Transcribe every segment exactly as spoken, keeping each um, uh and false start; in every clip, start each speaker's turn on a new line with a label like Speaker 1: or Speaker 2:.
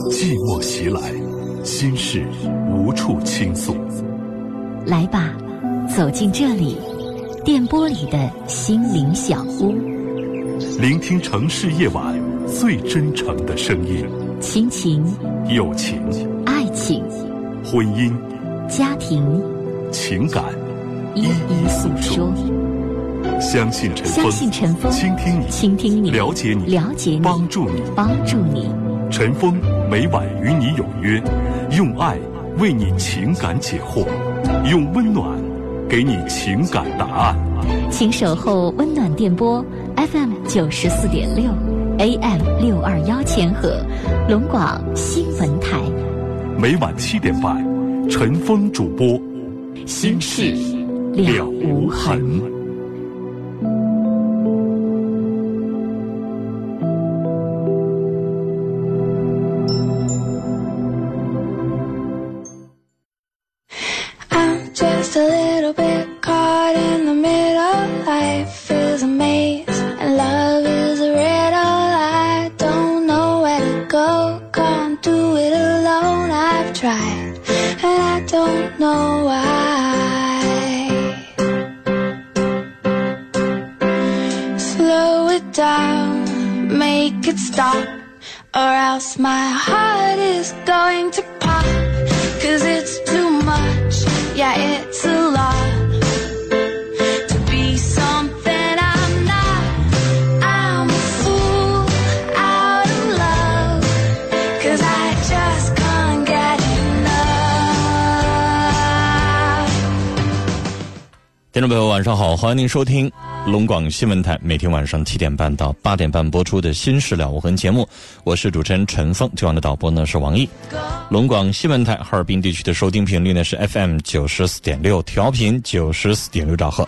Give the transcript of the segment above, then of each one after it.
Speaker 1: 寂寞袭来，心事无处倾诉。
Speaker 2: 来吧，走进这里，电波里的心灵小屋，
Speaker 1: 聆听城市夜晚最真诚的声音。
Speaker 2: 亲情、
Speaker 1: 友情、
Speaker 2: 爱情、
Speaker 1: 婚姻、
Speaker 2: 家庭、
Speaker 1: 情感，
Speaker 2: 一一诉说。
Speaker 1: 相信陈峰，
Speaker 2: 相信陈峰，
Speaker 1: 倾听你，
Speaker 2: 倾听你，
Speaker 1: 了解你，
Speaker 2: 了解你，
Speaker 1: 帮助你，
Speaker 2: 帮助你。
Speaker 1: 陈峰每晚与你有约，用爱为你情感解惑，用温暖给你情感答案。
Speaker 2: 请守候温暖电波 F M 九十四点六 A M 六二幺千赫，龙广新闻台。
Speaker 1: 每晚七点半，陈峰主播，
Speaker 2: 心事了无痕。
Speaker 3: Just a little bit caught in the middle. Life is a maze and love is a riddle. I don't know where to go, can't do it alone. I've tried and I don't know why. Slow it down, make it stop, or else my heart is going to pop. Cause it's too much, yeah, it's a lot to be something I'm not. I'm a fool out of love, cause I just can't get enough.
Speaker 4: 听众朋友晚上好，欢迎您收听龙广新闻台每天晚上七点半到八点半播出的新事了无痕节目，我是主持人陈峰，这晚的导播呢是王毅。龙广新闻台哈尔滨地区的收听频率呢是 F M 九十四点六，调频九十四点六兆赫。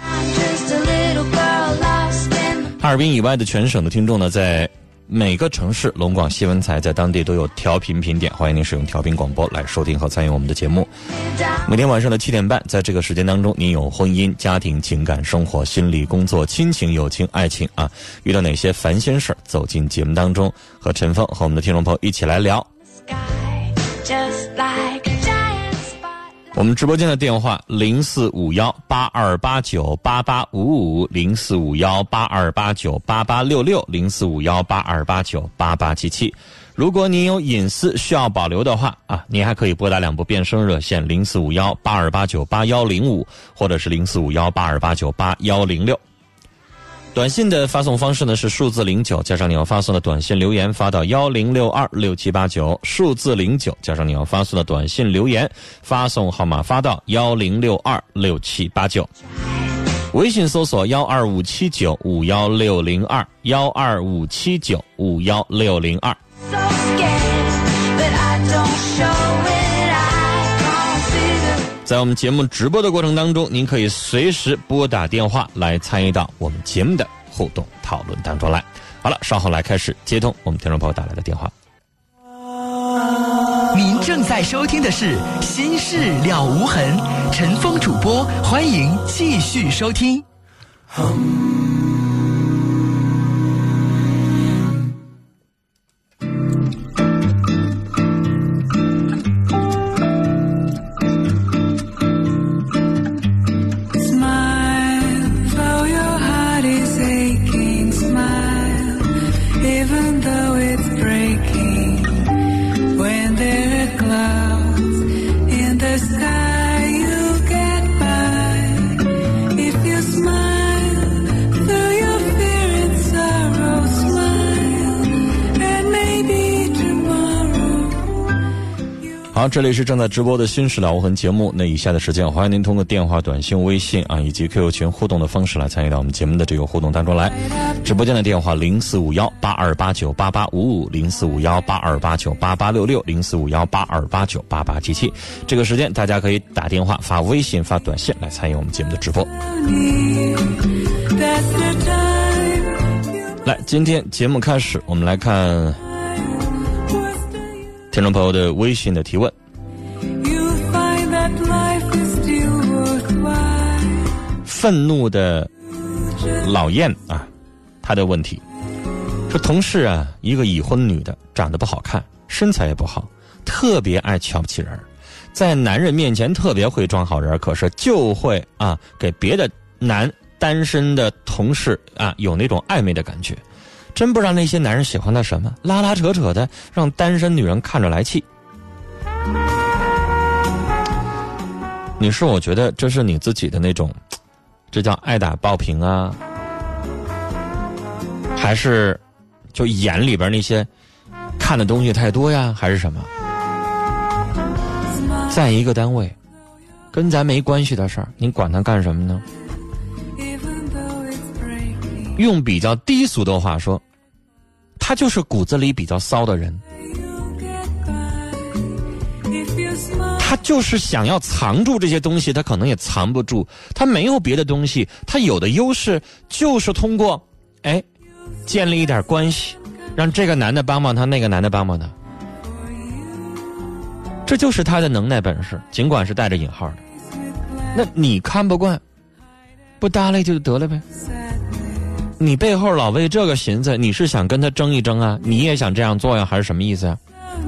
Speaker 4: 哈尔滨以外的全省的听众呢，在每个城市龙广新闻台在当地都有调频频点，欢迎您使用调频广播来收听和参与我们的节目。每天晚上的七点半，在这个时间当中，您有婚姻、家庭、情感、生活、心理、工作、亲情、友情、爱情啊，遇到哪些烦心事儿，走进节目当中，和陈峰和我们的听众朋友一起来聊。我们直播间的电话零四五幺八二八九八八五五，零四五幺八二八九八八六六，零四五幺八二八九八八七七。如果您有隐私需要保留的话啊，您还可以拨打两部变声热线零四五幺八二八九八一零五，或者是零四五幺八二八九八一零六。短信的发送方式呢是数字零九加上你要发送的短信留言发到一零六二六七八九，数字零九加上你要发送的短信留言发送号码发到一零六二六七八九。微信搜索一二五七九五一六零二 一二五七九五一六零二。在我们节目直播的过程当中，您可以随时拨打电话来参与到我们节目的互动讨论当中来。好了，稍后来开始接通我们听众朋友打来的电话。
Speaker 5: 您正在收听的是《心事了无痕》，陈峰主播，欢迎继续收听。
Speaker 4: 好，这里是正在直播的新事了无痕节目。那以下的时间，欢迎您通过电话、短信、微信啊，以及 Q Q 群互动的方式来参与到我们节目的这个互动当中来。直播间的电话零四五幺八二八九八八五五，零四五幺八二八九八八六六，零四五幺八二八九八八七七。这个时间大家可以打电话、发微信、发短信来参与我们节目的直播。来，今天节目开始，我们来看听众朋友的微信的提问。愤怒的老燕啊，她的问题说，同事啊，一个已婚女的长得不好看， 身材也不好，特别爱瞧不起人，在男人面前特别会装好人，可是就会啊给别的男单身的同事啊有那种暧昧的感觉。真不知道那些男人喜欢他什么，拉拉扯扯的，让单身女人看着来气。女士，我觉得这是你自己的那种，这叫爱打抱平啊，还是就眼里边那些看的东西太多呀，还是什么？在一个单位跟咱没关系的事儿，你管他干什么呢？用比较低俗的话说，他就是骨子里比较骚的人，他就是想要藏住这些东西，他可能也藏不住，他没有别的东西，他有的优势就是通过哎建立一点关系，让这个男的帮帮他，那个男的帮帮他，这就是他的能耐本事，尽管是带着引号的。那你看不惯，不搭理就得了呗。你背后老为这个寻思，你是想跟他争一争啊？你也想这样做呀，还是什么意思啊？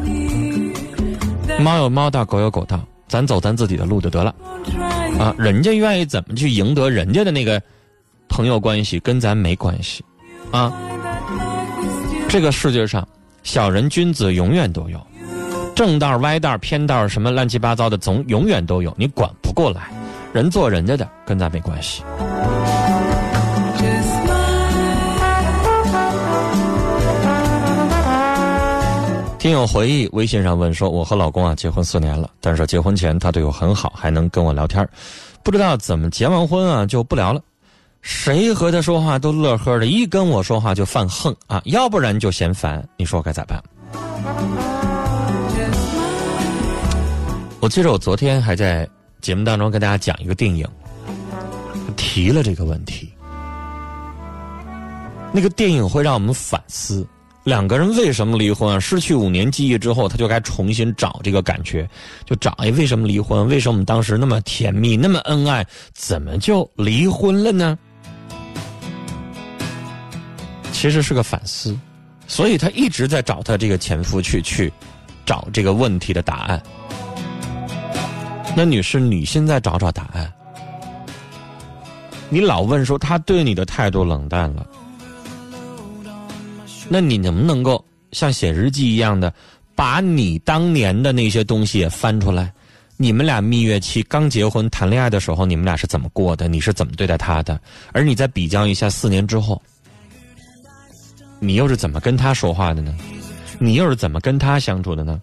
Speaker 4: 猫有猫道，狗有狗道，咱走咱自己的路就得了啊！人家愿意怎么去赢得人家的那个朋友关系，跟咱没关系啊！这个世界上，小人君子永远都有，正道歪道偏道什么乱七八糟的总永远都有，你管不过来，人做人家的，跟咱没关系。听友回忆微信上问说，我和老公啊结婚四年了，但是结婚前他对我很好，还能跟我聊天，不知道怎么结完婚啊就不聊了，谁和他说话都乐呵的，一跟我说话就犯横啊，要不然就嫌烦，你说我该咋办？我记得我昨天还在节目当中跟大家讲一个电影，提了这个问题。那个电影会让我们反思，两个人为什么离婚啊？失去五年记忆之后，他就该重新找这个感觉，就找哎，为什么离婚？为什么我们当时那么甜蜜，那么恩爱，怎么就离婚了呢？其实是个反思，所以他一直在找他这个前夫去去找这个问题的答案。那女士，你现在找找答案。你老问说他对你的态度冷淡了，那你能不能够像写日记一样的，把你当年的那些东西也翻出来？你们俩蜜月期刚结婚谈恋爱的时候，你们俩是怎么过的？你是怎么对待他的？而你再比较一下四年之后，你又是怎么跟他说话的呢？你又是怎么跟他相处的呢？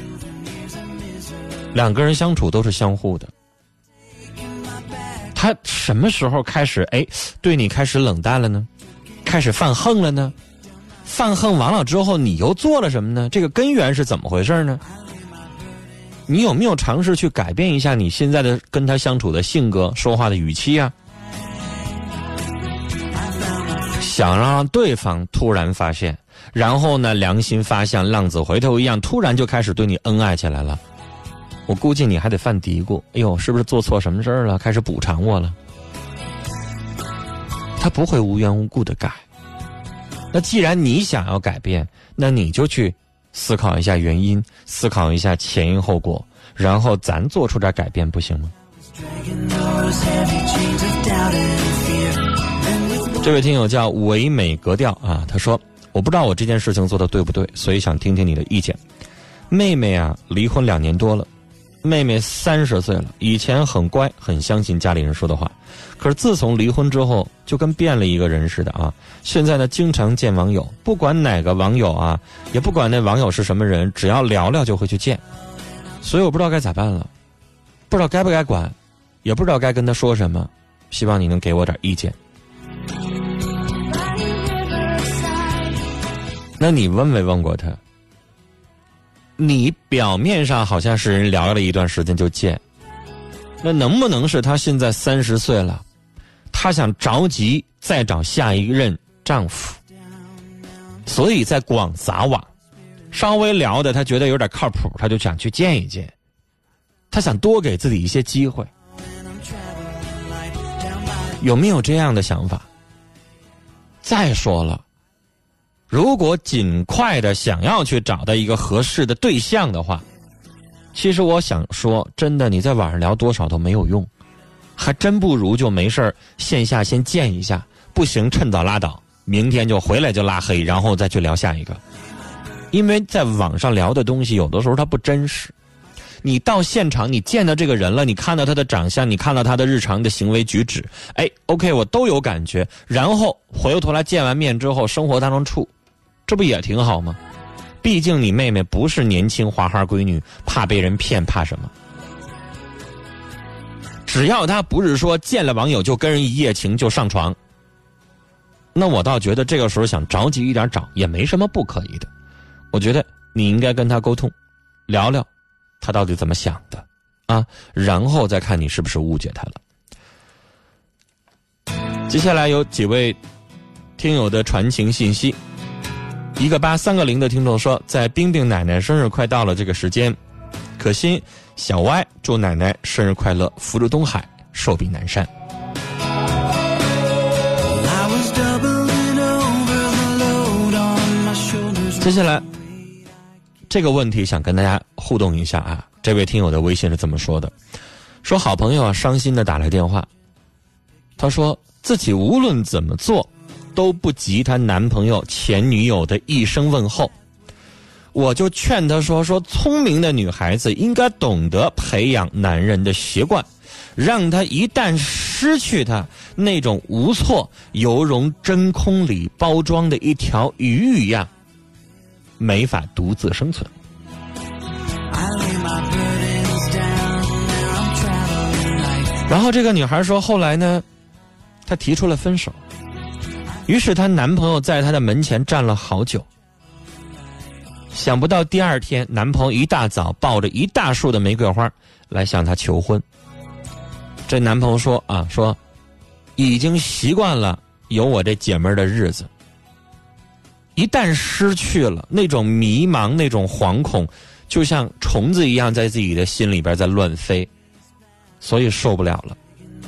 Speaker 4: 两个人相处都是相互的，他什么时候开始哎对你开始冷淡了呢？开始犯横了呢？犯横完了之后，你又做了什么呢？这个根源是怎么回事呢？你有没有尝试去改变一下你现在的跟他相处的性格、说话的语气啊？想让对方突然发现，然后呢，良心发现，浪子回头一样，突然就开始对你恩爱起来了。我估计你还得犯嘀咕，哎呦，是不是做错什么事儿了？开始补偿我了。他不会无缘无故的改。那既然你想要改变，那你就去思考一下原因，思考一下前因后果，然后咱做出点改变，不行吗？这位听友叫唯美格调啊，他说，我不知道我这件事情做的对不对，所以想听听你的意见。妹妹啊，离婚两年多了，妹妹三十岁了，以前很乖，很相信家里人说的话，可是自从离婚之后，就跟变了一个人似的啊！现在呢，经常见网友，不管哪个网友啊，也不管那网友是什么人，只要聊聊就会去见，所以我不知道该咋办了，不知道该不该管，也不知道该跟他说什么，希望你能给我点意见。那你问没问过他？你表面上好像是人聊了一段时间就见，那能不能是他现在三十岁了，他想着急再找下一任丈夫，所以在广撒网，稍微聊的他觉得有点靠谱，他就想去见一见，他想多给自己一些机会，有没有这样的想法？再说了， 如果尽快的想要去找到一个合适的对象的话，其实我想说，真的你在网上聊多少都没有用，还真不如就没事线下先见一下，不行趁早拉倒，明天就回来就拉黑，然后再去聊下一个。因为在网上聊的东西有的时候它不真实，你到现场你见到这个人了，你看到他的长相，你看到他的日常的行为举止，哎 OK 我都有感觉，然后回过头来见完面之后生活当中处，这不也挺好吗？毕竟你妹妹不是年轻花花闺女，怕被人骗怕什么？只要她不是说见了网友就跟人一夜情就上床，那我倒觉得这个时候想着急一点找也没什么不可以的。我觉得你应该跟她沟通聊聊他到底怎么想的啊，然后再看你是不是误解他了。接下来有几位听友的传情信息，一个八三个零的听众说，在冰冰奶奶生日快到了这个时间，可心小歪祝奶奶生日快乐，福如东海，寿比南山。接下来这个问题想跟大家互动一下啊，这位听友的微信是这么说的，说好朋友啊伤心的打来电话，他说自己无论怎么做都不及她男朋友前女友的一声问候，我就劝他说说聪明的女孩子应该懂得培养男人的习惯，让他一旦失去他那种无措，犹如真空里包装的一条鱼一样，没法独自生存。然后这个女孩说，后来呢她提出了分手，于是她男朋友在她的门前站了好久，想不到第二天男朋友一大早抱着一大束的玫瑰花来向她求婚。这男朋友说啊，说已经习惯了有我这姐们儿的日子，一旦失去了，那种迷茫那种惶恐就像虫子一样在自己的心里边在乱飞，所以受不了了。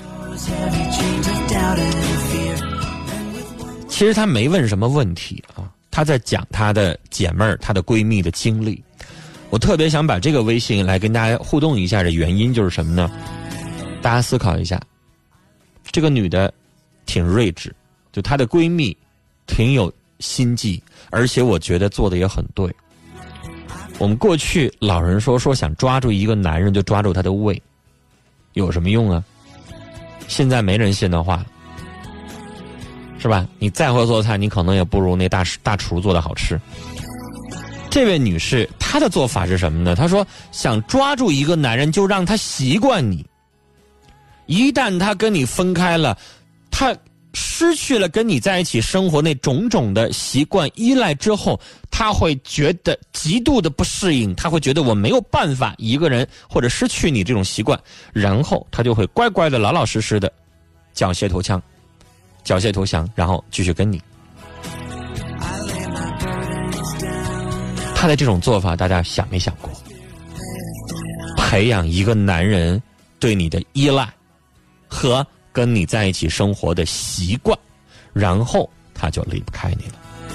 Speaker 4: 其实他没问什么问题啊，他在讲他的姐妹儿她的闺蜜的经历。我特别想把这个微信来跟大家互动一下的原因就是什么呢？大家思考一下，这个女的挺睿智，就她的闺蜜挺有心计，而且我觉得做的也很对。我们过去老人说说想抓住一个男人就抓住他的胃，有什么用啊？现在没人信那话了，是吧？你再会做菜，你可能也不如那大大厨做的好吃。这位女士她的做法是什么呢？她说想抓住一个男人就让他习惯你，一旦他跟你分开了，他失去了跟你在一起生活那种种的习惯依赖之后，他会觉得极度的不适应，他会觉得我没有办法一个人或者失去你这种习惯，然后他就会乖乖的老老实实的缴械投降缴械投降然后继续跟你。他的这种做法大家想没想过？培养一个男人对你的依赖和跟你在一起生活的习惯，然后他就离不开你了。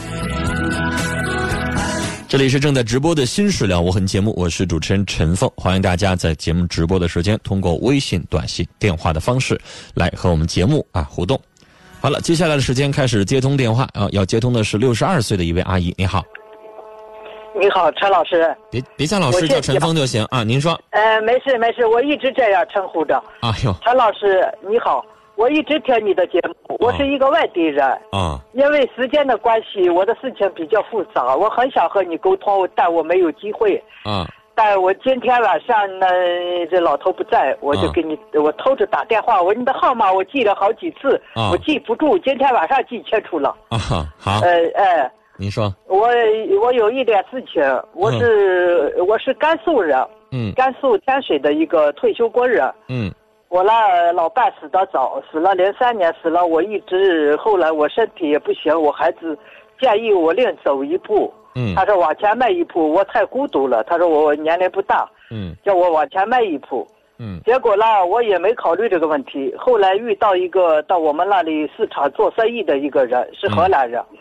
Speaker 4: 这里是正在直播的新事了无痕节目，我是主持人陈凤，欢迎大家在节目直播的时间通过微信、短信、电话的方式来和我们节目啊互动。好了，接下来的时间开始接通电话啊，要接通的是六十二岁的一位阿姨，你好。
Speaker 6: 你好，陈老师。
Speaker 4: 别别叫老师，叫陈峰就行啊。您说。
Speaker 6: 呃，没事没事，我一直这样称呼着。
Speaker 4: 哎呦，
Speaker 6: 陈老师你好，我一直听你的节目，我是一个外地人
Speaker 4: 啊。
Speaker 6: 因为时间的关系，我的事情比较复杂，我很想和你沟通，但我没有机会
Speaker 4: 啊。
Speaker 6: 但我今天晚上呢，这老头不在，我就给你，啊、我偷着打电话，我你的号码我记了好几次，啊、我记不住，今天晚上记清楚了。
Speaker 4: 啊，好。
Speaker 6: 呃，哎。
Speaker 4: 您说，
Speaker 6: 我我有一点事情，我是、嗯、我是甘肃人，
Speaker 4: 嗯，
Speaker 6: 甘肃天水的一个退休工人，
Speaker 4: 嗯，
Speaker 6: 我那老伴死得早，死了零三年死了，我一直后来我身体也不行，我孩子建议我另走一步，
Speaker 4: 嗯，
Speaker 6: 他说往前迈一步，我太孤独了，他说我年龄不大，
Speaker 4: 嗯，
Speaker 6: 叫我往前迈一步，
Speaker 4: 嗯，
Speaker 6: 结果呢我也没考虑这个问题，后来遇到一个到我们那里市场做生意的一个人，是荷兰人，
Speaker 4: 嗯。嗯，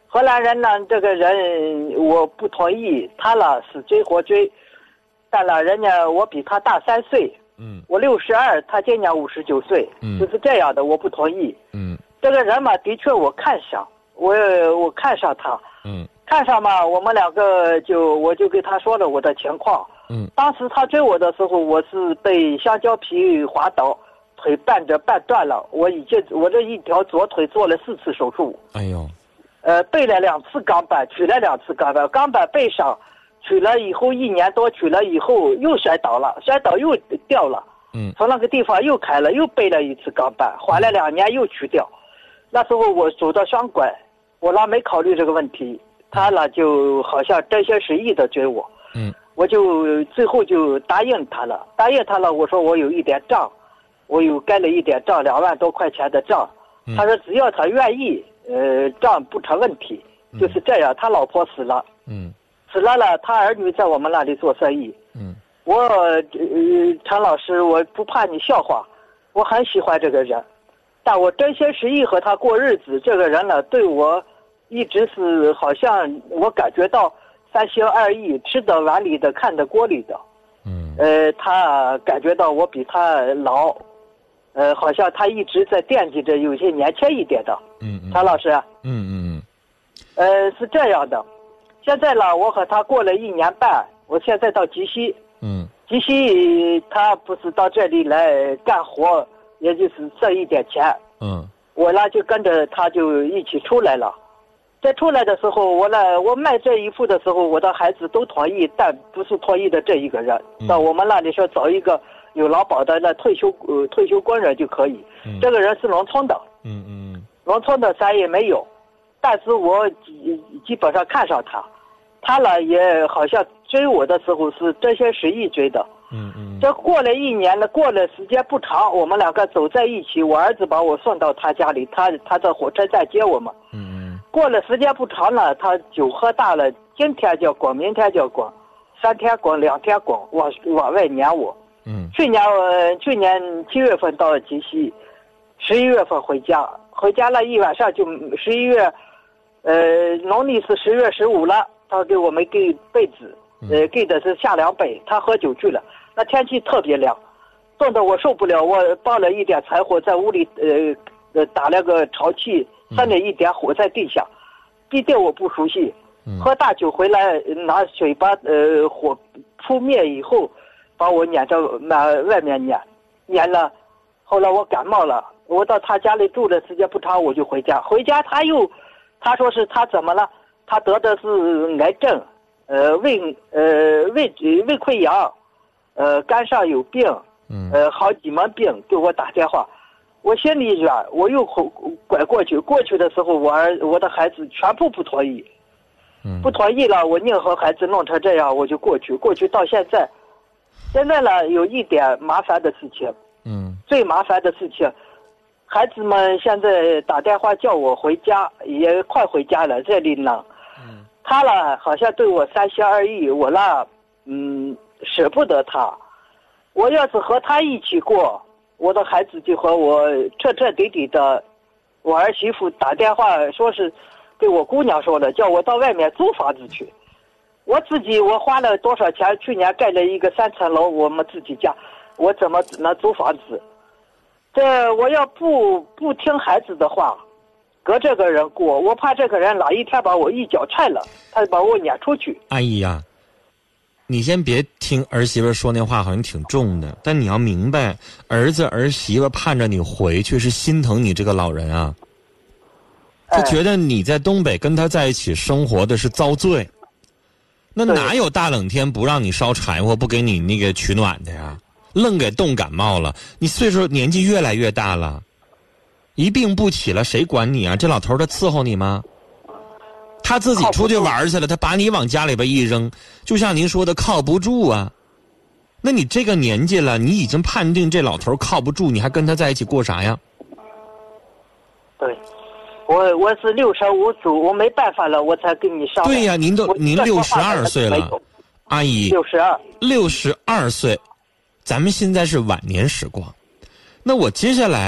Speaker 6: 荷兰人呢，这个人我不同意，他了死追活追，但了人家我比他大三岁，
Speaker 4: 嗯，
Speaker 6: 我六十二，他今年五十九岁，
Speaker 4: 嗯，
Speaker 6: 就是这样的，我不同意。
Speaker 4: 嗯，
Speaker 6: 这个人嘛，的确我看上，我我看上他，
Speaker 4: 嗯，
Speaker 6: 看上嘛，我们两个就我就给他说了我的情况，
Speaker 4: 嗯，
Speaker 6: 当时他追我的时候，我是被香蕉皮滑倒，腿半着半断了，我已经我这一条左腿做了四次手术，
Speaker 4: 哎呦。
Speaker 6: 呃，背了两次钢板，取了两次钢板，钢板背上，取了以后一年多，取了以后又摔倒了，摔倒又掉了，
Speaker 4: 嗯，
Speaker 6: 从那个地方又开了，又背了一次钢板，缓了两年又取掉，那时候我走到双拐，我那没考虑这个问题，他呢就好像真心实意的追我，
Speaker 4: 嗯，
Speaker 6: 我就最后就答应他了，答应他了，我说我有一点账，我有盖了一点账，两万多块钱的账，他说只要他愿意。呃，账不成问题，就是这样。他老婆死了，
Speaker 4: 嗯，
Speaker 6: 死了了，他儿女在我们那里做生意，
Speaker 4: 嗯，
Speaker 6: 我呃，陈老师，我不怕你笑话，我很喜欢这个人，但我真心实意和他过日子，这个人呢，对我一直是好像我感觉到三心二意，吃得碗里的，看得锅里的，
Speaker 4: 嗯，
Speaker 6: 呃，他感觉到我比他老。呃，好像他一直在惦记着有些年轻一点的，
Speaker 4: 嗯嗯，
Speaker 6: 陈老师，
Speaker 4: 嗯嗯嗯，
Speaker 6: 呃，是这样的，现在呢，我和他过了一年半，我现在到吉西，
Speaker 4: 嗯，
Speaker 6: 吉西他不是到这里来干活，也就是挣一点钱，
Speaker 4: 嗯，
Speaker 6: 我呢就跟着他就一起出来了，在出来的时候，我呢我卖这一副的时候，我的孩子都同意，但不是同意的这一个人，
Speaker 4: 嗯、
Speaker 6: 到我们那里说找一个。有劳保的那退休呃退休工人就可以，
Speaker 4: 嗯、
Speaker 6: 这个人是农村的，
Speaker 4: 嗯嗯，
Speaker 6: 农村的咱也没有，但是我基基本上看上他，他呢也好像追我的时候是真心实意追的，
Speaker 4: 嗯嗯，
Speaker 6: 这过了一年了，过了时间不长，我们两个走在一起，我儿子把我送到他家里，他他在火车站接我们，
Speaker 4: 嗯嗯，
Speaker 6: 过了时间不长了，他酒喝大了，今天叫滚，明天叫滚，三天滚，两天滚，往往外撵我。
Speaker 4: 嗯，
Speaker 6: 去年呃，去年七月份到吉西，十一月份回家，回家了一晚上就十一月，呃，农历是十月十五了，他给我们给被子，呃，给的是夏凉被，他喝酒去了，那天气特别凉，冻得我受不了，我抱了一点柴火在屋里，呃，呃打了个潮气，喷了一点火在地下，地地我不熟悉，喝大酒回来拿水把呃火扑灭以后。把我撵到那外面撵，撵了，后来我感冒了，我到他家里住的时间不长，我就回家。回家他又，他说是他怎么了？他得的是癌症，呃胃呃胃胃溃疡，呃肝上有病，呃好几门病，给我打电话，我心里软，我又拐过去，过去的时候我儿我的孩子全部不同意，不同意了，我宁和孩子弄成这样，我就过去，过去到现在。现在呢，有一点麻烦的事情，
Speaker 4: 嗯，
Speaker 6: 最麻烦的事情，孩子们现在打电话叫我回家，也快回家了，这里冷，嗯，他呢好像对我三心二意，我呢，嗯，舍不得他，我要是和他一起过，我的孩子就和我彻彻底底的，我儿媳妇打电话说是，给我姑娘说的，叫我到外面租房子去。我自己我花了多少钱？去年盖了一个三层楼，我们自己家，我怎么能租房子？这我要不不听孩子的话，隔这个人过，我怕这个人哪一天把我一脚踹了，他把我撵出去。
Speaker 4: 阿姨呀，你先别听儿媳妇说那话，好像挺重的，但你要明白，儿子儿媳妇盼着你回去，是心疼你这个老人啊。他觉得你在东北跟他在一起生活的是遭罪。那哪有大冷天不让你烧柴火，不给你那个取暖的呀？愣给冻感冒了，你岁数年纪越来越大了，一病不起了，谁管你啊？这老头他伺候你吗？他自己出去玩去了，他把你往家里边一扔，就像您说的靠不住啊。那你这个年纪了，你已经判定这老头靠不住，你还跟他在一起过啥呀？
Speaker 6: 对。我我是六神无主，我没办法了，我才跟你商量。
Speaker 4: 对呀、啊，您都您六十二岁了，阿姨。
Speaker 6: 六十二。
Speaker 4: 六十二岁，咱们现在是晚年时光。那我接下来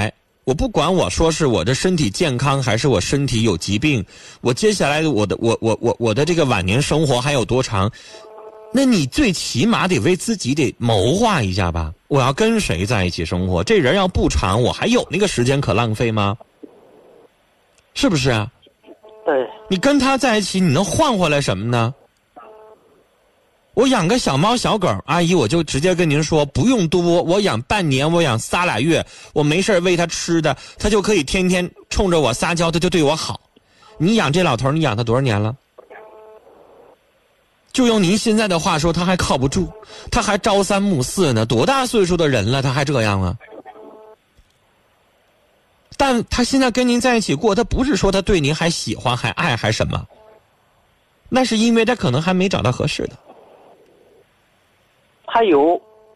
Speaker 4: 我不管我说是我的身体健康还是我身体有疾病，我接下来我的我我我我的这个晚年生活还有多长，那你最起码得为自己得谋划一下吧。我要跟谁在一起生活，这人要不长，我还有那个时间可浪费吗？是不是啊？
Speaker 6: 对，
Speaker 4: 你跟他在一起，你能换回来什么呢？我养个小猫小狗，阿姨，我就直接跟您说，不用多，我养半年，我养仨俩月，我没事喂它吃的，它就可以天天冲着我撒娇，它就对我好。你养这老头，你养他多少年了？就用您现在的话说，他还靠不住，他还朝三暮四呢，多大岁数的人了，他还这样啊？但他现在跟您在一起过，他不是说他对您还喜欢还爱还什么，那是因为他可能还没找到合适的。
Speaker 6: 他有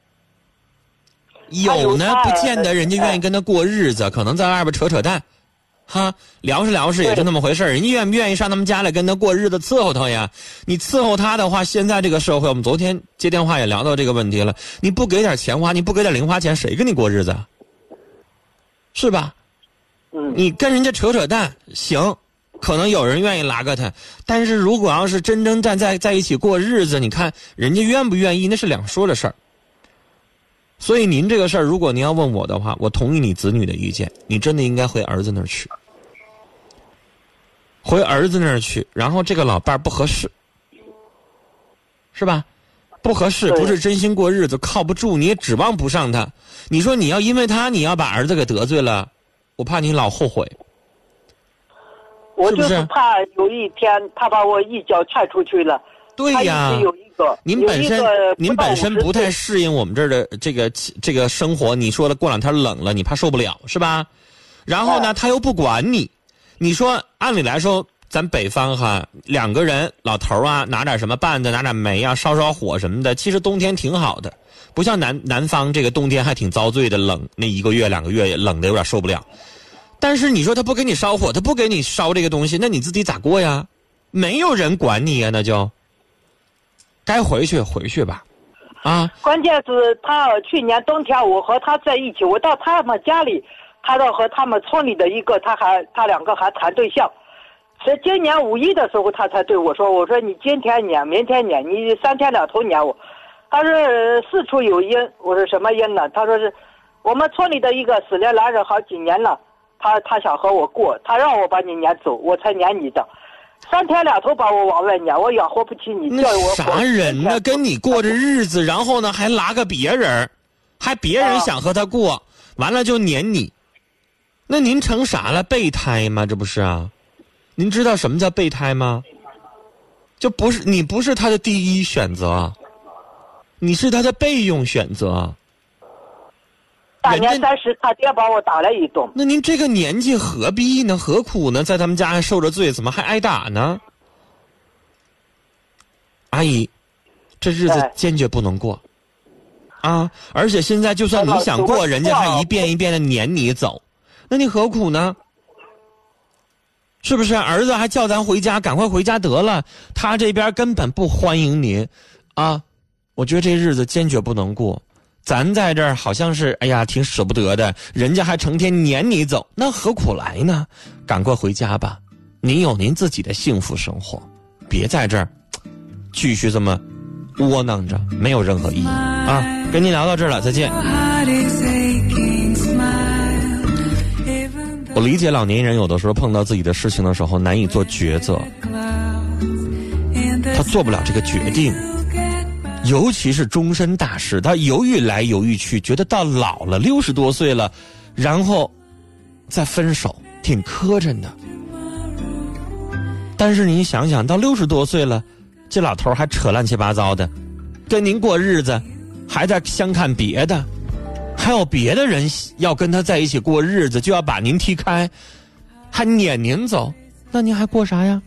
Speaker 4: 有呢，不见得人家愿意跟他过日子，可能在外边扯扯淡，哈，聊是聊是也是那么回事儿。人家愿不愿意上他们家来跟他过日子，伺候他呀？你伺候他的话，现在这个社会，我们昨天接电话也聊到这个问题了，你不给点钱花，你不给点零花钱，谁跟你过日子啊？是吧？
Speaker 6: 嗯，
Speaker 4: 你跟人家扯扯淡行，可能有人愿意拉个他，但是如果要是真正站在在一起过日子，你看人家愿不愿意，那是两说的事儿。所以您这个事儿，如果您要问我的话，我同意你子女的意见，你真的应该回儿子那儿去，回儿子那儿去，然后这个老伴儿不合适，是吧？不合适，不是真心过日子，靠不住，你也指望不上他。你说你要因为他，你要把儿子给得罪了，我怕你老后悔。
Speaker 6: 我就是怕有一天他把我一脚踹出去了。
Speaker 4: 对呀，
Speaker 6: 有一个
Speaker 4: 您本身您本身不太适应我们这儿的这个这个生活，你说了过两天冷了，你怕受不了是吧？然后呢，他又不管你，你说按理来说，咱北方哈，两个人老头啊，拿点什么绊子，拿点煤啊，烧烧火什么的，其实冬天挺好的，不像南南方这个冬天还挺遭罪的，冷那一个月两个月冷的有点受不了。但是你说他不给你烧火，他不给你烧这个东西，那你自己咋过呀？没有人管你呀，那就该回去回去吧，啊！
Speaker 6: 关键是他去年冬天我和他在一起，我到他们家里，他到和他们村里的一个，他还他两个还谈对象。是今年五一的时候，他才对我说：“我说你今天撵，明天撵，你三天两头撵我。”他说事出有因，我说什么因呢？他说是我们村里的一个死了男人好几年了。他他想和我过，他让我把你撵走，我才撵你的。三天两头把我往外撵，我养活不起你，叫我
Speaker 4: 啥人呢？跟你过着日子，然后呢还拉个别人，还别人想和他过，啊、完了就撵你。那您成啥了？备胎吗？这不是啊？您知道什么叫备胎吗？就不是你不是他的第一选择，你是他的备用选择。
Speaker 6: 大年三十，他爹把我打了一顿。
Speaker 4: 那您这个年纪何必呢？何苦呢？在他们家还受着罪，怎么还挨打呢？阿姨，这日子坚决不能过啊！而且现在就算你想过，人家还一遍一遍的撵你走，那你何苦呢？是不是？儿子还叫咱回家，赶快回家得了。他这边根本不欢迎您啊！我觉得这日子坚决不能过。咱在这儿好像是哎呀挺舍不得的，人家还成天撵你走，那何苦来呢？赶快回家吧，您有您自己的幸福生活，别在这儿继续这么窝囊着，没有任何意义啊！跟您聊到这儿了，再见。我理解老年人有的时候碰到自己的事情的时候难以做抉择，他做不了这个决定。尤其是终身大事，他犹豫来犹豫去，觉得到老了六十多岁了，然后再分手，挺磕碜的。但是您想想，到六十多岁了，这老头还扯乱七八糟的，跟您过日子，还在相看别的，还有别的人要跟他在一起过日子，就要把您踢开，还撵您走，那您还过啥呀？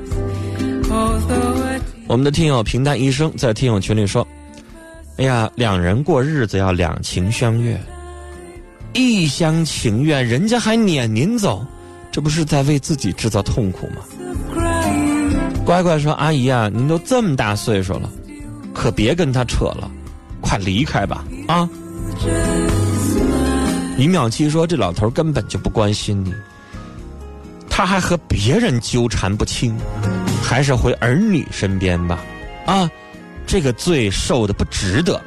Speaker 4: 我们的听友平淡医生在听友群里说，哎呀，两人过日子要两情相悦，一厢情愿，人家还撵您走，这不是在为自己制造痛苦吗？乖乖说，阿姨啊，您都这么大岁数了，可别跟他扯了，快离开吧啊！ 于淼七说这老头根本就不关心你，他还和别人纠缠不清，还是回儿女身边吧。啊，这个罪受的不值得。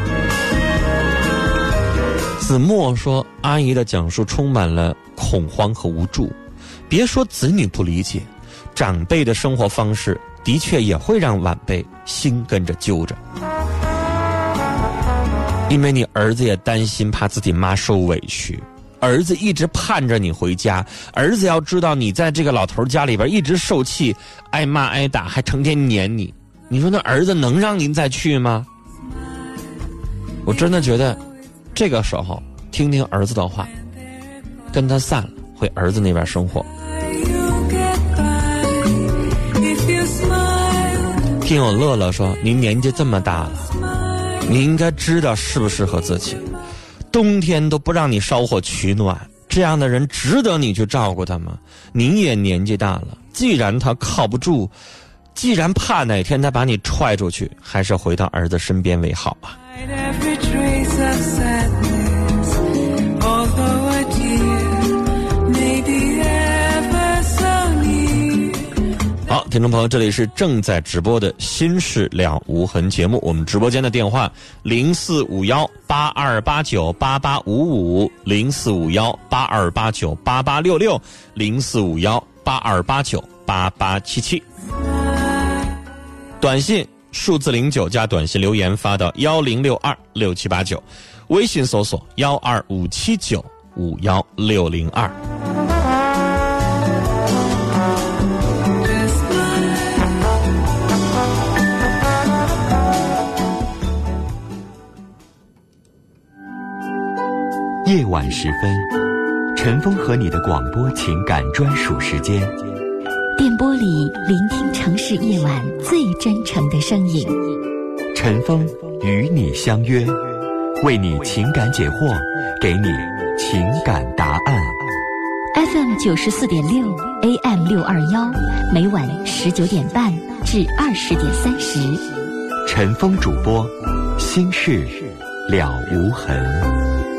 Speaker 4: 子墨说阿姨的讲述充满了恐慌和无助，别说子女不理解，长辈的生活方式的确也会让晚辈心跟着揪着。因为你儿子也担心怕自己妈受委屈，儿子一直盼着你回家，儿子要知道你在这个老头家里边一直受气，挨骂挨打，还成天黏你，你说那儿子能让您再去吗？我真的觉得这个时候听听儿子的话，跟他散了，回儿子那边生活。听友乐乐说您年纪这么大了，你应该知道适不适合自己，冬天都不让你烧火取暖，这样的人值得你去照顾他吗？你也年纪大了，既然他靠不住，既然怕哪天他把你踹出去，还是回到儿子身边为好啊。好，听众朋友，这里是正在直播的心事了无痕节目，我们直播间的电话零四五幺八二八九八八五五，零四五幺八二八九八八六六，零四五幺八二八九八八七七。短信数字零九加短信留言发到幺零六二六七八九，微信搜索幺二五七九五幺六零二。
Speaker 7: 夜晚时分，陈峰和你的广播情感专属时间。
Speaker 2: 电波里聆听城市夜晚最真诚的声音。
Speaker 7: 陈峰与你相约，为你情感解惑，给你情感答案。
Speaker 2: F M 九十四点六 A M 六二幺，每晚十九点半至二十点三十。
Speaker 7: 陈峰主播，心事了无痕。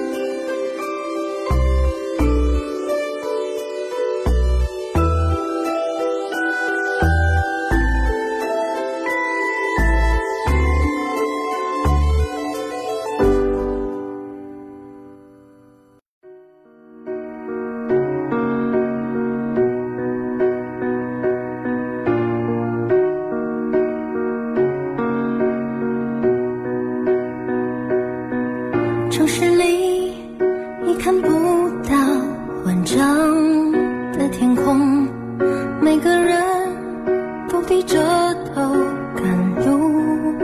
Speaker 8: 城市里你看不到万丈的天空，每个人都低着头赶路，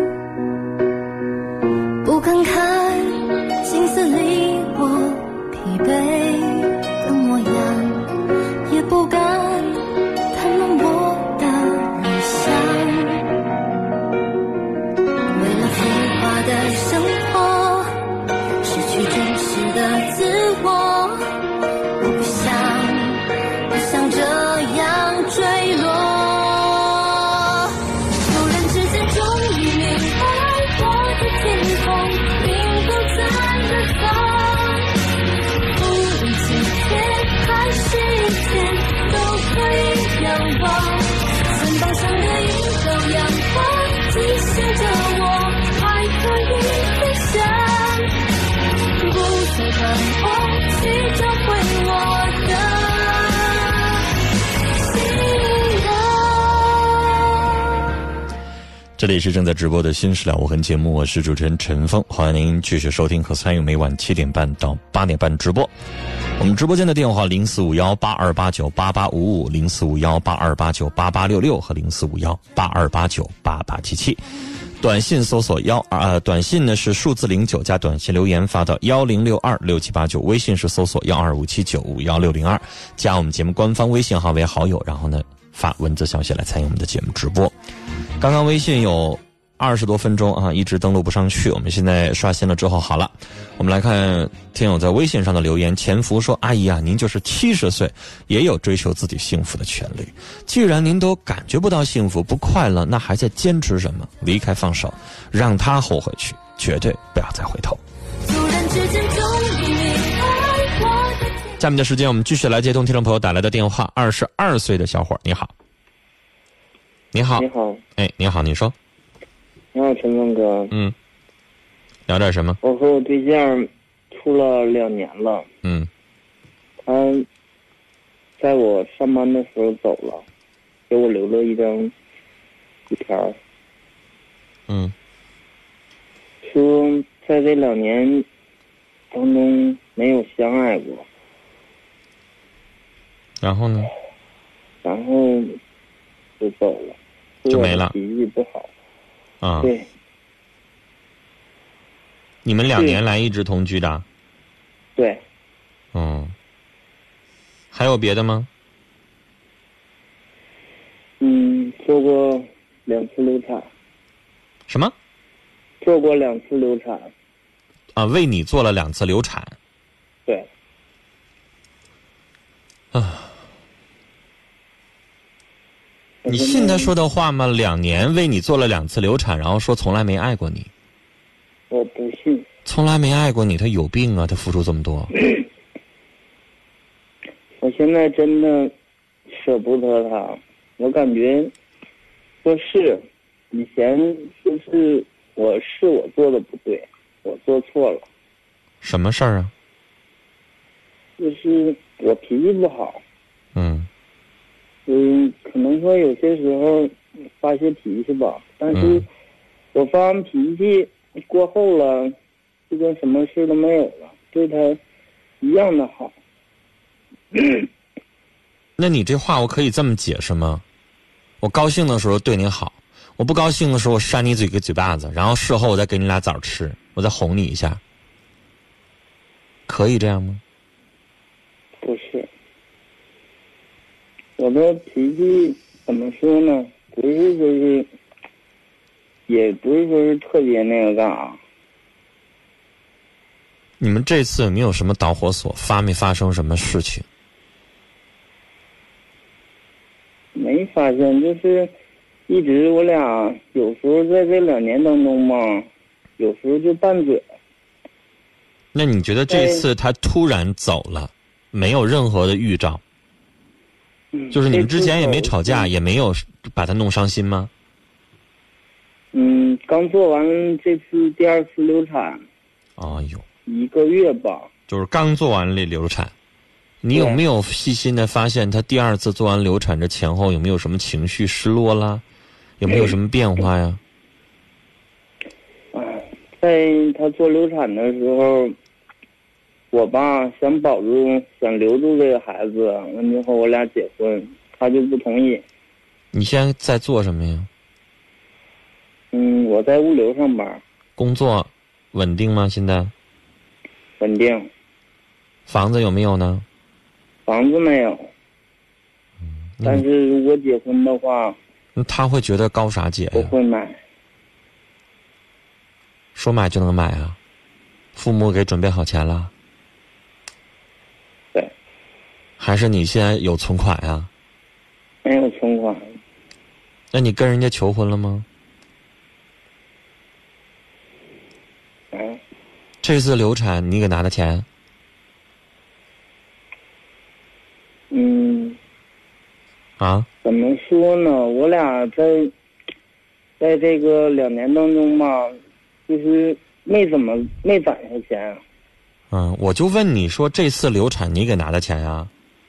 Speaker 8: 不敢看镜子里我疲惫的模样，也不敢谈论我的理想，为了浮华的生活失去真实的自我，我不想，不想这样坠落。突然之间终于明白，我的天空并不在远方，无论晴天还是阴天，都可以仰望。肩膀上的一道阳光提醒着我，还可以飞翔。不再彷徨，去找回我的信仰。
Speaker 4: 这里是正在直播的新事了无痕节目，我是主持人陈峰，欢迎您继续收听和参与每晚七点半到八点半直播。我们直播间的电话零四五幺八二八九八八五五，零四五幺八二八九八八六六和零四五幺八二八九八八七七。短信搜索幺呃，短信呢是数字零九加短信留言发到幺零六二六七八九，微信是搜索幺二五七九五幺六零二，加我们节目官方微信号为好友，然后呢发文字消息来参与我们的节目直播。刚刚微信有二十多分钟啊，一直登录不上去，我们现在刷新了之后好了。我们来看听友在微信上的留言，潜伏说阿姨啊，您就是七十岁也有追求自己幸福的权利，既然您都感觉不到幸福不快乐，那还在坚持什么？离开放手，让他后悔去，绝对不要再回头。
Speaker 8: 突然之间终于明白，
Speaker 4: 下面的时间我们继续来接通听众朋友打来的电话。二十二岁的小伙儿，你好。你好。
Speaker 9: 你好。
Speaker 4: 哎，你好，你说。
Speaker 9: 你好，陈峰哥。
Speaker 4: 嗯。聊点什么？
Speaker 9: 我和我对象处了两年了。
Speaker 4: 嗯。
Speaker 9: 他在我上班的时候走了，给我留了一张纸条。
Speaker 4: 嗯。
Speaker 9: 说在这两年当中没有相爱过。
Speaker 4: 然后呢？
Speaker 9: 然后就走了，
Speaker 4: 就没了。
Speaker 9: 脾气不好。
Speaker 4: 啊。
Speaker 9: 对。
Speaker 4: 你们两年来一直同居的？
Speaker 9: 对。
Speaker 4: 嗯。还有别的吗？
Speaker 9: 嗯，做过两次流产。
Speaker 4: 什么？
Speaker 9: 做过两次流产。
Speaker 4: 啊，为你做了两次流产。
Speaker 9: 对。
Speaker 4: 啊。你信他说的话吗？两年为你做了两次流产，然后说从来没爱过你。
Speaker 9: 我不信。
Speaker 4: 从来没爱过你，他有病啊！他付出这么多。
Speaker 9: 我现在真的舍不得他，我感觉说是以前就是我是我做的不对，我做错了。
Speaker 4: 什么事儿啊？
Speaker 9: 就是我脾气不好。
Speaker 4: 嗯。
Speaker 9: 嗯，可能说有些时候发些脾气吧，但是我发完脾气过后了，就跟什么事都没有了，对他一样的好。
Speaker 4: 那你这话我可以这么解释吗？我高兴的时候对你好，我不高兴的时候我扇你嘴个嘴巴子，然后事后我再给你俩枣吃，我再哄你一下，可以这样吗？
Speaker 9: 不是。我的脾气怎么说呢？不是说是，也不是说是特别那个干啥。
Speaker 4: 你们这次有没有什么导火索？发没发生什么事情？
Speaker 9: 没发现，就是一直我俩有时候在这两年当中嘛，有时候就拌嘴。
Speaker 4: 那你觉得这次他突然走了，没有任何的预兆？就是你们之前也没吵架，也没有把他弄伤心吗？
Speaker 9: 嗯，刚做完这次第二次流产。
Speaker 4: 哎呦，
Speaker 9: 一个月吧。
Speaker 4: 就是刚做完了流产，你有没有细心的发现他第二次做完流产这前后有没有什么情绪失落啦？有没有什么变化呀？
Speaker 9: 啊，在他做流产的时候，我爸想保住、想留住这个孩子，完之后我俩结婚，他就不同意。
Speaker 4: 你现在在做什么呀？
Speaker 9: 嗯，我在物流上班。
Speaker 4: 工作稳定吗？现在？
Speaker 9: 稳定。
Speaker 4: 房子有没有呢？
Speaker 9: 房子没有。
Speaker 4: 嗯，
Speaker 9: 但是如果结婚的话，
Speaker 4: 那他会觉得高啥姐呀？
Speaker 9: 我会买。
Speaker 4: 说买就能买啊？父母给准备好钱了？
Speaker 9: 对。
Speaker 4: 还是你现在有存款呀？
Speaker 9: 没有存款。
Speaker 4: 那你跟人家求婚了吗？
Speaker 9: 嗯。
Speaker 4: 这次流产你给拿的钱？
Speaker 9: 嗯。
Speaker 4: 啊？
Speaker 9: 怎么说呢？我俩在在这个两年当中吧，就是没怎么没攒下钱。
Speaker 4: 嗯，我就问你说这次流产你给拿的钱呀？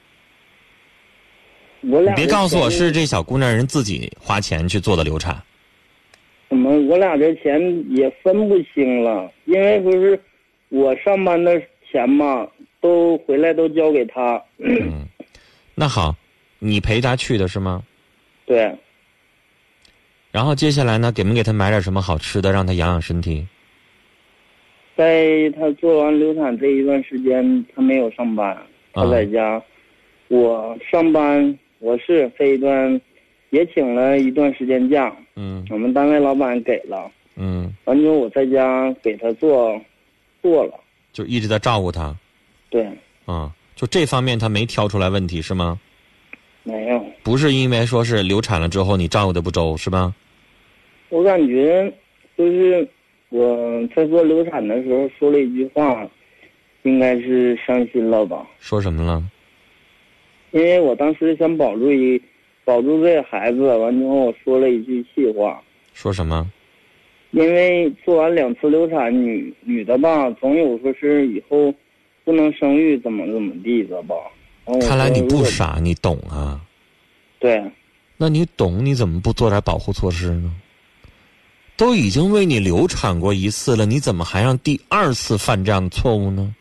Speaker 9: 我俩
Speaker 4: 你别告诉我是这小姑娘人自己花钱去做的流产。
Speaker 9: 怎么我俩这钱也分不清了？因为不是我上班的钱嘛，都回来都交给他。
Speaker 4: 嗯，那好，你陪他去的是吗？
Speaker 9: 对。
Speaker 4: 然后接下来呢，给没给他买点什么好吃的，让他养养身体？
Speaker 9: 在他做完流产这一段时间，他没有上班，他在家。啊、我上班，我是这一段也请了一段时间假。
Speaker 4: 嗯。
Speaker 9: 我们单位老板给了。
Speaker 4: 嗯。
Speaker 9: 完之后我在家给他做，做了。
Speaker 4: 就一直在照顾他。
Speaker 9: 对。
Speaker 4: 啊、嗯，就这方面他没挑出来问题是吗？
Speaker 9: 没有。
Speaker 4: 不是因为说是流产了之后你照顾的不周是吧？
Speaker 9: 我感觉就是我在做流产的时候说了一句话， 应该是伤心了吧？
Speaker 4: 说什么了？
Speaker 9: 因为我当时想保住一保住这个孩子，完之后我说了一句气话。
Speaker 4: 说什么？
Speaker 9: 因为做完两次流产，女女的吧，总有说是以后不能生育，怎么怎么地的吧。
Speaker 4: 看来你不傻，你懂啊。
Speaker 9: 对。
Speaker 4: 那你懂，你怎么不做点保护措施呢？都已经为你流产过一次了，你怎么还让第二次犯这样的错误呢？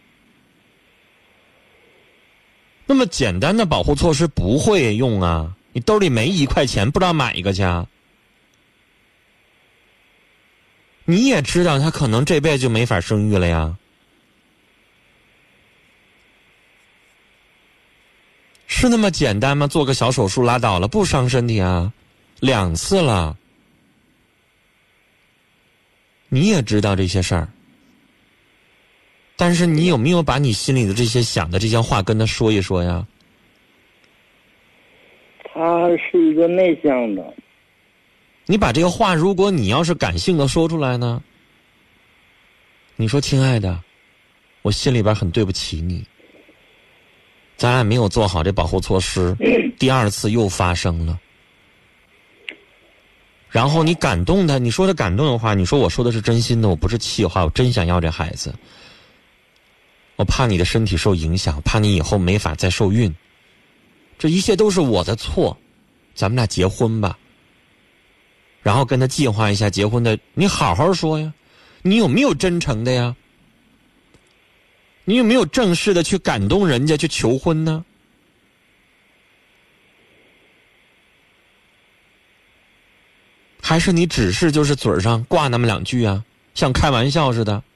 Speaker 4: 那么简单的保护措施不会用啊！你兜里没一块钱，不知道买一个去啊。你也知道他可能这辈子就没法生育了呀。是那么简单吗？做个小手术拉倒了，不伤身体啊。两次了，你也知道这些事儿，但是你有没有把你心里的这些想的这些话跟他说一说呀？
Speaker 9: 他是一个内向的。
Speaker 4: 你把这个话，如果你要是感性的说出来呢，你说亲爱的，我心里边很对不起你，咱俩没有做好这保护措施，第二次又发生了。然后你感动他，你说的感动的话，你说我说的是真心的，我不是气话，我真想要这孩子。我怕你的身体受影响，怕你以后没法再受孕，这一切都是我的错，咱们俩结婚吧。然后跟他计划一下结婚的，你好好说呀，你有没有真诚的呀？你有没有正式的去感动人家去求婚呢？还是你只是就是嘴上挂那么两句啊，像开玩笑似的？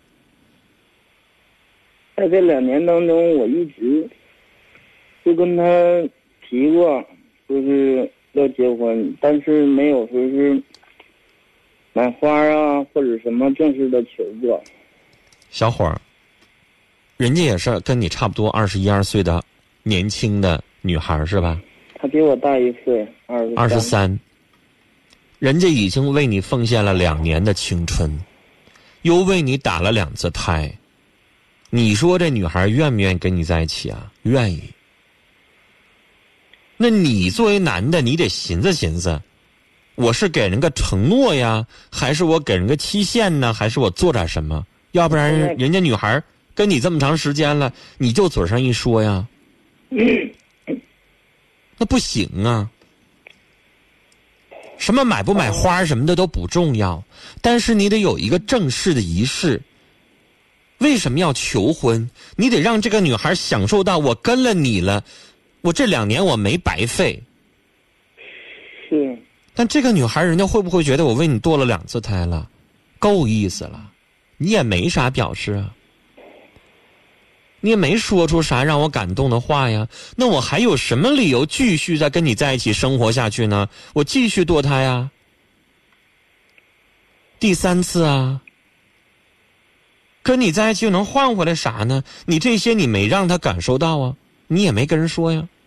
Speaker 9: 在这两年当中，我一直就跟他提过，说是要结婚，但是没有说是买花啊或者什么正式的求过。
Speaker 4: 小伙儿，人家也是跟你差不多二十一二岁的年轻的女孩是吧？
Speaker 9: 她比我大一岁，二十
Speaker 4: 二十三。人家已经为你奉献了两年的青春，又为你打了两次胎，你说这女孩愿不愿意跟你在一起啊？愿意。那你作为男的，你得寻思寻思，我是给人个承诺呀，还是我给人个期限呢？还是我做点什么？要不然人家女孩跟你这么长时间了，你就嘴上一说呀，那不行啊。什么买不买花什么的都不重要，但是你得有一个正式的仪式。为什么要求婚？你得让这个女孩享受到我跟了你了，我这两年我没白费。
Speaker 9: 是。
Speaker 4: 但这个女孩人家会不会觉得我为你堕了两次胎了，够意思了？你也没啥表示啊，你也没说出啥让我感动的话呀，那我还有什么理由继续再跟你在一起生活下去呢？我继续堕胎呀，第三次啊，跟你在一起又能换回来啥呢？你这些你没让他感受到啊，你也没跟人说呀。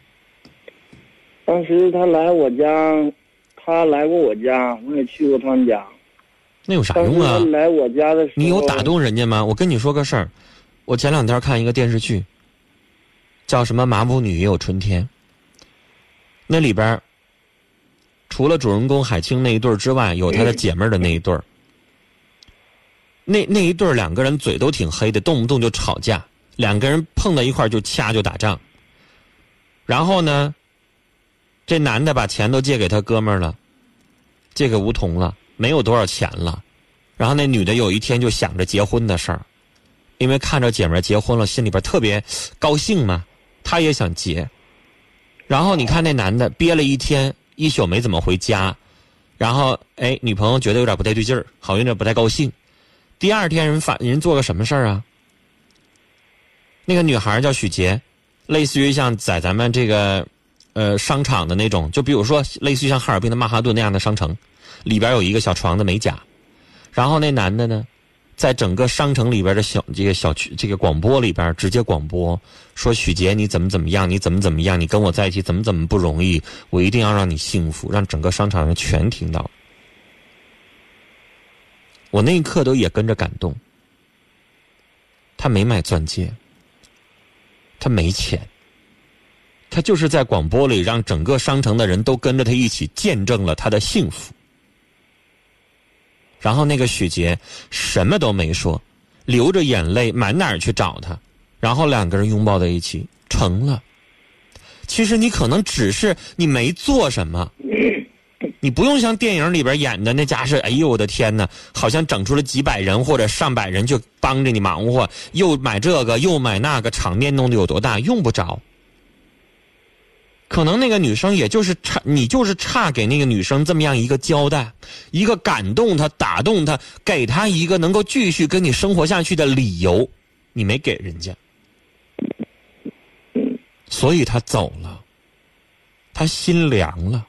Speaker 9: 当时他来我家，他来过我家，我也去过他们家。
Speaker 4: 那有啥用啊？
Speaker 9: 来我家的时候，
Speaker 4: 你有打动人家吗？我跟你说个事儿，我前两天看一个电视剧，叫什么《马母女也有春天》。那里边除了主人公海清那一对之外，有他的姐妹的那一对儿。那那一对儿两个人嘴都挺黑的，动不动就吵架，两个人碰到一块儿就掐就打仗。然后呢，这男的把钱都借给他哥们儿了，借给吴桐了，没有多少钱了。然后那女的有一天就想着结婚的事儿，因为看着姐妹结婚了，心里边特别高兴嘛，她也想结。然后你看那男的憋了一天一宿没怎么回家，然后哎，女朋友觉得有点不太对劲儿，好像有点不太高兴。第二天人反人做个什么事儿啊？那个女孩叫许洁，类似于像在咱们这个呃商场的那种，就比如说类似于像哈尔滨的曼哈顿那样的商城，里边有一个小床的美甲。然后那男的呢，在整个商城里边的小这个小区这个广播里边直接广播说，许洁你怎么怎么样，你怎么怎么样，你跟我在一起怎么怎么不容易，我一定要让你幸福，让整个商场人全听到。我那一刻都也跟着感动。 他没买钻戒，他没钱，他就是在广播里让整个商城的人都跟着他一起见证了他的幸福。然后那个许杰什么都没说，流着眼泪满哪儿去找他，然后两个人拥抱在一起，成了。其实你可能只是你没做什么，你不用像电影里边演的那家是，哎呦我的天哪，好像整出了几百人或者上百人就帮着你忙活，又买这个又买那个，场面弄得有多大，用不着。可能那个女生也就是差，你就是差给那个女生这么样一个交代，一个感动她、打动她，给她一个能够继续跟你生活下去的理由，你没给人家，所以她走了，她心凉了。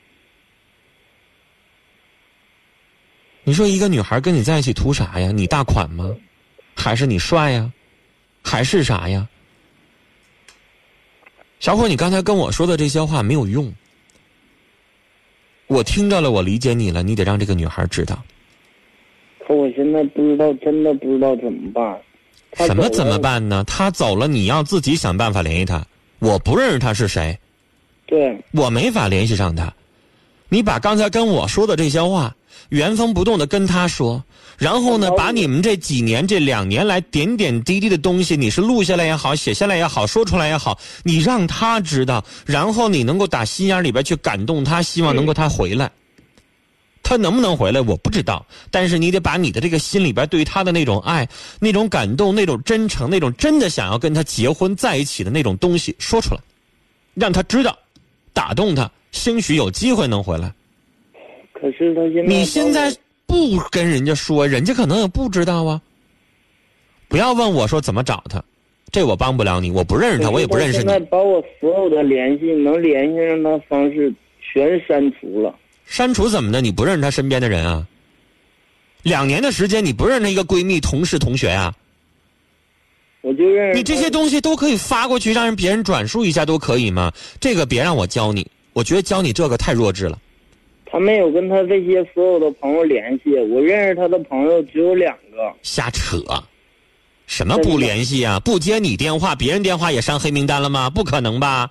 Speaker 4: 你说一个女孩跟你在一起图啥呀？你大款吗？还是你帅呀？还是啥呀？小伙，你刚才跟我说的这些话没有用，我听着了，我理解你了，你得让这个女孩知道。
Speaker 9: 可我现在不知道，真的不知道怎么办。
Speaker 4: 什么怎么办呢？她走了，你要自己想办法联系她。我不认识她是谁，
Speaker 9: 对，
Speaker 4: 我没法联系上她。你把刚才跟我说的这些话原封不动的跟她说，然后呢，把你们这几年这两年来点点滴滴的东西，你是录下来也好，写下来也好，说出来也好，你让她知道，然后你能够打心眼里边去感动她，希望能够她回来。她能不能回来我不知道，但是你得把你的这个心里边对她的那种爱、那种感动、那种真诚、那种真的想要跟她结婚在一起的那种东西说出来，让她知道，打动她，兴许有机会能回来。
Speaker 9: 可是他现在
Speaker 4: 你现在不跟人家说，人家可能也不知道啊。不要问我说怎么找他，这我帮不了你，我不认识他，我也不认识你。
Speaker 9: 现在把我所有的联系能联系上他方式全删除了。
Speaker 4: 删除怎么的？你不认识他身边的人啊？两年的时间你不认识一个闺蜜、同事、同学啊？
Speaker 9: 我就认识
Speaker 4: 你这些东西都可以发过去，让人别人转述一下都可以吗？这个别让我教你，我觉得教你这个太弱智了。
Speaker 9: 他没有跟他这些所有的朋友联系，我认识他的朋友只有两个。
Speaker 4: 瞎扯，什么不联系啊？不接你电话，别人电话也上黑名单了吗？不可能吧？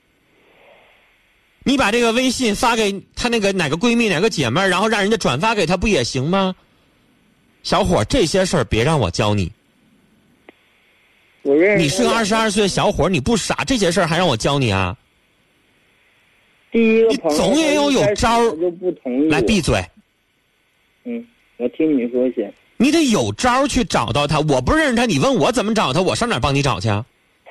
Speaker 4: 你把这个微信发给他那个哪个闺蜜哪个姐妹，然后让人家转发给他不也行吗？小伙，这些事儿别让我教你。
Speaker 9: 我认识
Speaker 4: 你是个二十二岁的小伙，你不傻，这些事儿还让我教你啊？
Speaker 9: 第一个朋友，
Speaker 4: 你总也有有招
Speaker 9: 就不同意。
Speaker 4: 来，闭嘴。
Speaker 9: 嗯，我听你说先。
Speaker 4: 你得有招去找到他，我不认识他，你问我怎么找他，我上哪儿帮你找去啊？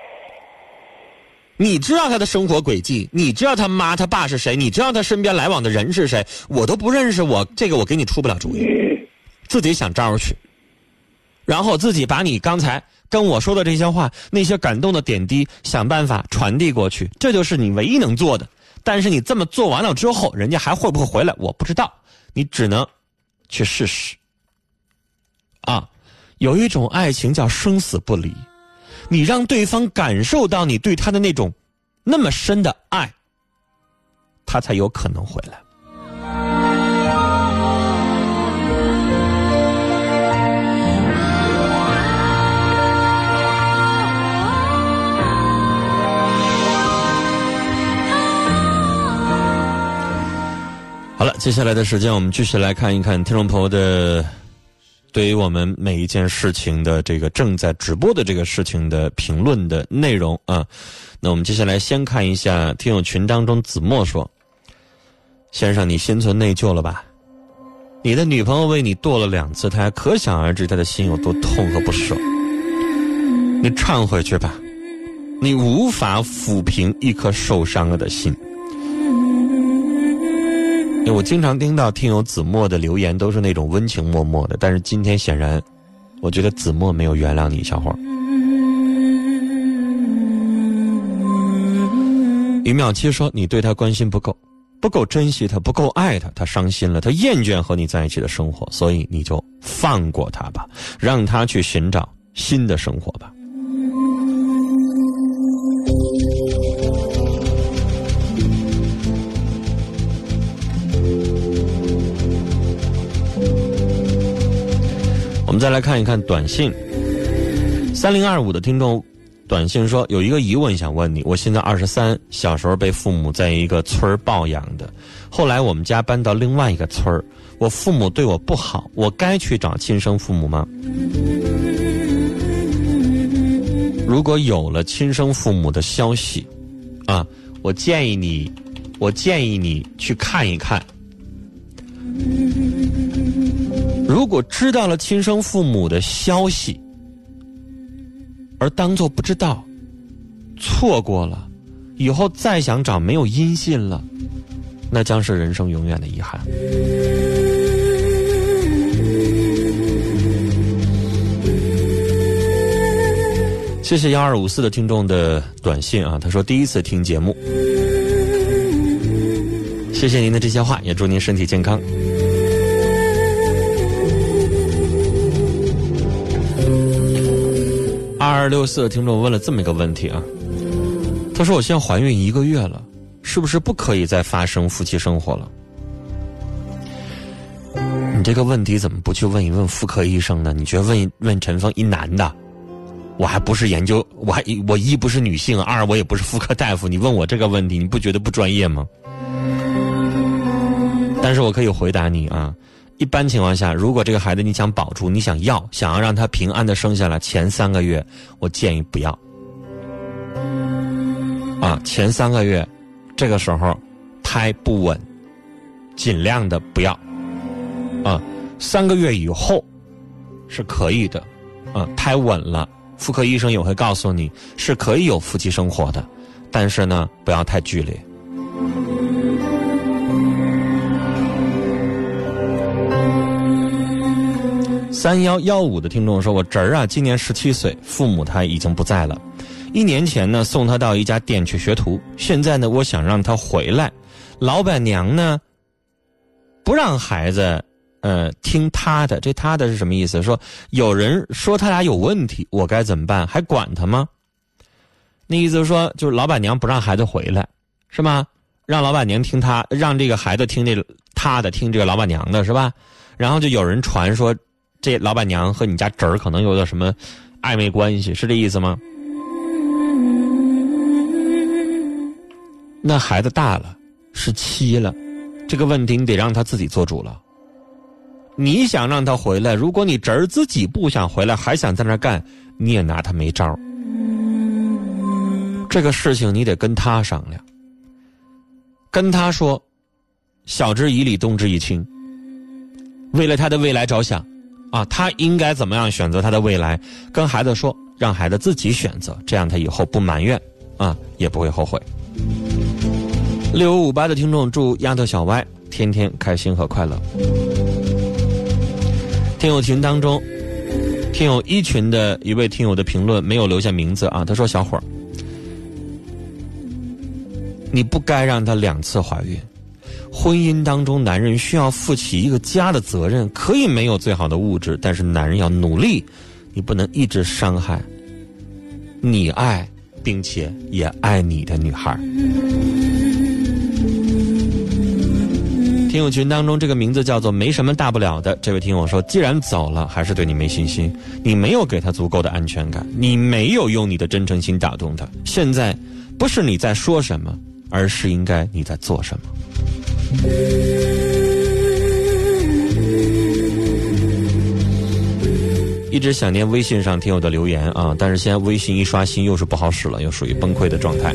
Speaker 4: 你知道他的生活轨迹，你知道他妈他爸是谁，你知道他身边来往的人是谁，我都不认识，我这个我给你出不了主意，自己想招去，然后自己把你刚才跟我说的这些话，那些感动的点滴，想办法传递过去，这就是你唯一能做的。但是你这么做完了之后，人家还会不会回来我不知道，你只能去试试啊。有一种爱情叫生死不离，你让对方感受到你对他的那种那么深的爱，他才有可能回来。好了，接下来的时间我们继续来看一看听众朋友的对于我们每一件事情的这个正在直播的这个事情的评论的内容啊。那我们接下来先看一下听友群当中子墨说，先生你心存内疚了吧？你的女朋友为你堕了两次胎，可想而知她的心有多痛和不舍。你忏悔去吧，你无法抚平一颗受伤了的心。我经常听到听友子墨的留言都是那种温情脉脉的，但是今天显然我觉得子墨没有原谅你，小伙。于淼七说你对他关心不够，不够珍惜他，不够爱他，他伤心了，他厌倦和你在一起的生活，所以你就放过他吧，让他去寻找新的生活吧。我们再来看一看短信， 三零二五的听众短信说，有一个疑问想问你，我现在二十三，小时候被父母在一个村儿抱养的，后来我们家搬到另外一个村儿，我父母对我不好，我该去找亲生父母吗？如果有了亲生父母的消息啊，我建议你我建议你去看一看。如果知道了亲生父母的消息而当作不知道，错过了，以后再想找没有音信了，那将是人生永远的遗憾。谢谢幺二五四的听众的短信啊，他说第一次听节目，谢谢您的这些话，也祝您身体健康。二二六四的听众问了这么一个问题啊，他说我现在怀孕一个月了，是不是不可以再发生夫妻生活了？你这个问题怎么不去问一问妇科医生呢？你觉得问一问陈峰一男的，我还不是研究，我还我一不是女性，二我也不是妇科大夫，你问我这个问题，你不觉得不专业吗？但是我可以回答你啊，一般情况下，如果这个孩子你想保住，你想要，想要让他平安的生下来，前三个月我建议不要。啊，前三个月，这个时候胎不稳，尽量的不要。啊，三个月以后是可以的。啊，胎稳了，妇科医生也会告诉你是可以有夫妻生活的，但是呢，不要太剧烈。三幺幺五的听众说，我侄儿啊今年十七岁，父母他已经不在了，一年前呢送他到一家店去学徒，现在呢我想让他回来，老板娘呢不让孩子呃听他的，这他的是什么意思？说有人说他俩有问题，我该怎么办？还管他吗？那意思是说，就是老板娘不让孩子回来，是吗？让老板娘听他，让这个孩子听这个他的，听这个老板娘的，是吧？然后就有人传说这老板娘和你家侄儿可能有点什么暧昧关系，是这意思吗？那孩子大了，十七了，这个问题你得让他自己做主了。你想让他回来，如果你侄儿自己不想回来，还想在那儿干，你也拿他没招。这个事情你得跟他商量，跟他说，晓之以理，动之以情，为了他的未来着想啊，他应该怎么样选择他的未来，跟孩子说，让孩子自己选择，这样他以后不埋怨啊，也不会后悔。六五五八的听众祝丫头小歪天天开心和快乐。听友群当中，听友一群的一位听友的评论没有留下名字啊，他说小伙儿，你不该让她两次怀孕。婚姻当中，男人需要负起一个家的责任，可以没有最好的物质，但是男人要努力，你不能一直伤害你爱并且也爱你的女孩。听友群当中，这个名字叫做没什么大不了的这位听友说，既然走了，还是对你没信心，你没有给他足够的安全感，你没有用你的真诚心打动他，现在不是你在说什么，而是应该你在做什么。一直想念微信上听友的留言啊，但是现在微信一刷新又是不好使了，又属于崩溃的状态。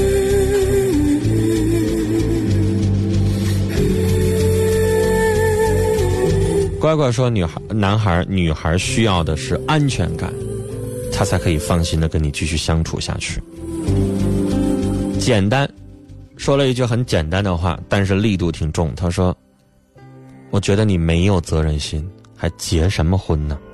Speaker 4: 乖乖说，女孩、男孩、女孩需要的是安全感，他才可以放心的跟你继续相处下去。简单，说了一句很简单的话，但是力度挺重。他说，我觉得你没有责任心，还结什么婚呢？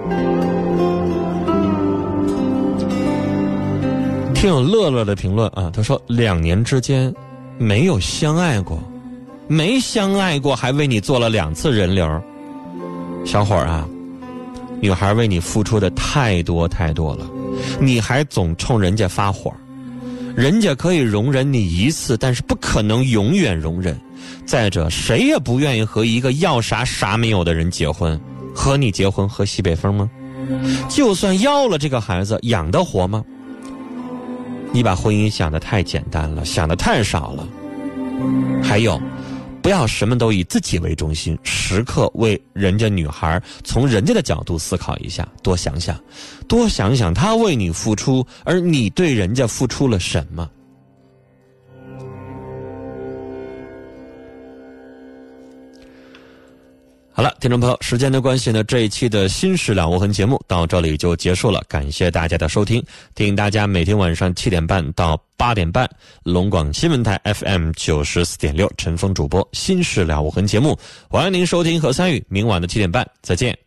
Speaker 4: 听有乐乐的评论啊，他说两年之间没有相爱过，没相爱过还为你做了两次人流。小伙儿啊，女孩为你付出的太多太多了，你还总冲人家发火，人家可以容忍你一次，但是不可能永远容忍。再者，谁也不愿意和一个要啥啥没有的人结婚，和你结婚喝西北风吗？ 就算要了这个孩子，养得活吗？你把婚姻想得太简单了，想得太少了。还有，不要什么都以自己为中心，时刻为人家女孩从人家的角度思考一下，多想想，多想想她为你付出，而你对人家付出了什么。好了，听众朋友，时间的关系呢，这一期的新事了无痕节目到这里就结束了，感谢大家的收听。提醒大家每天晚上七点半到八点半，龙广新闻台 F M 九十四点六，陈峰主播新事了无痕节目，欢迎您收听和参与。明晚的七点半，再见。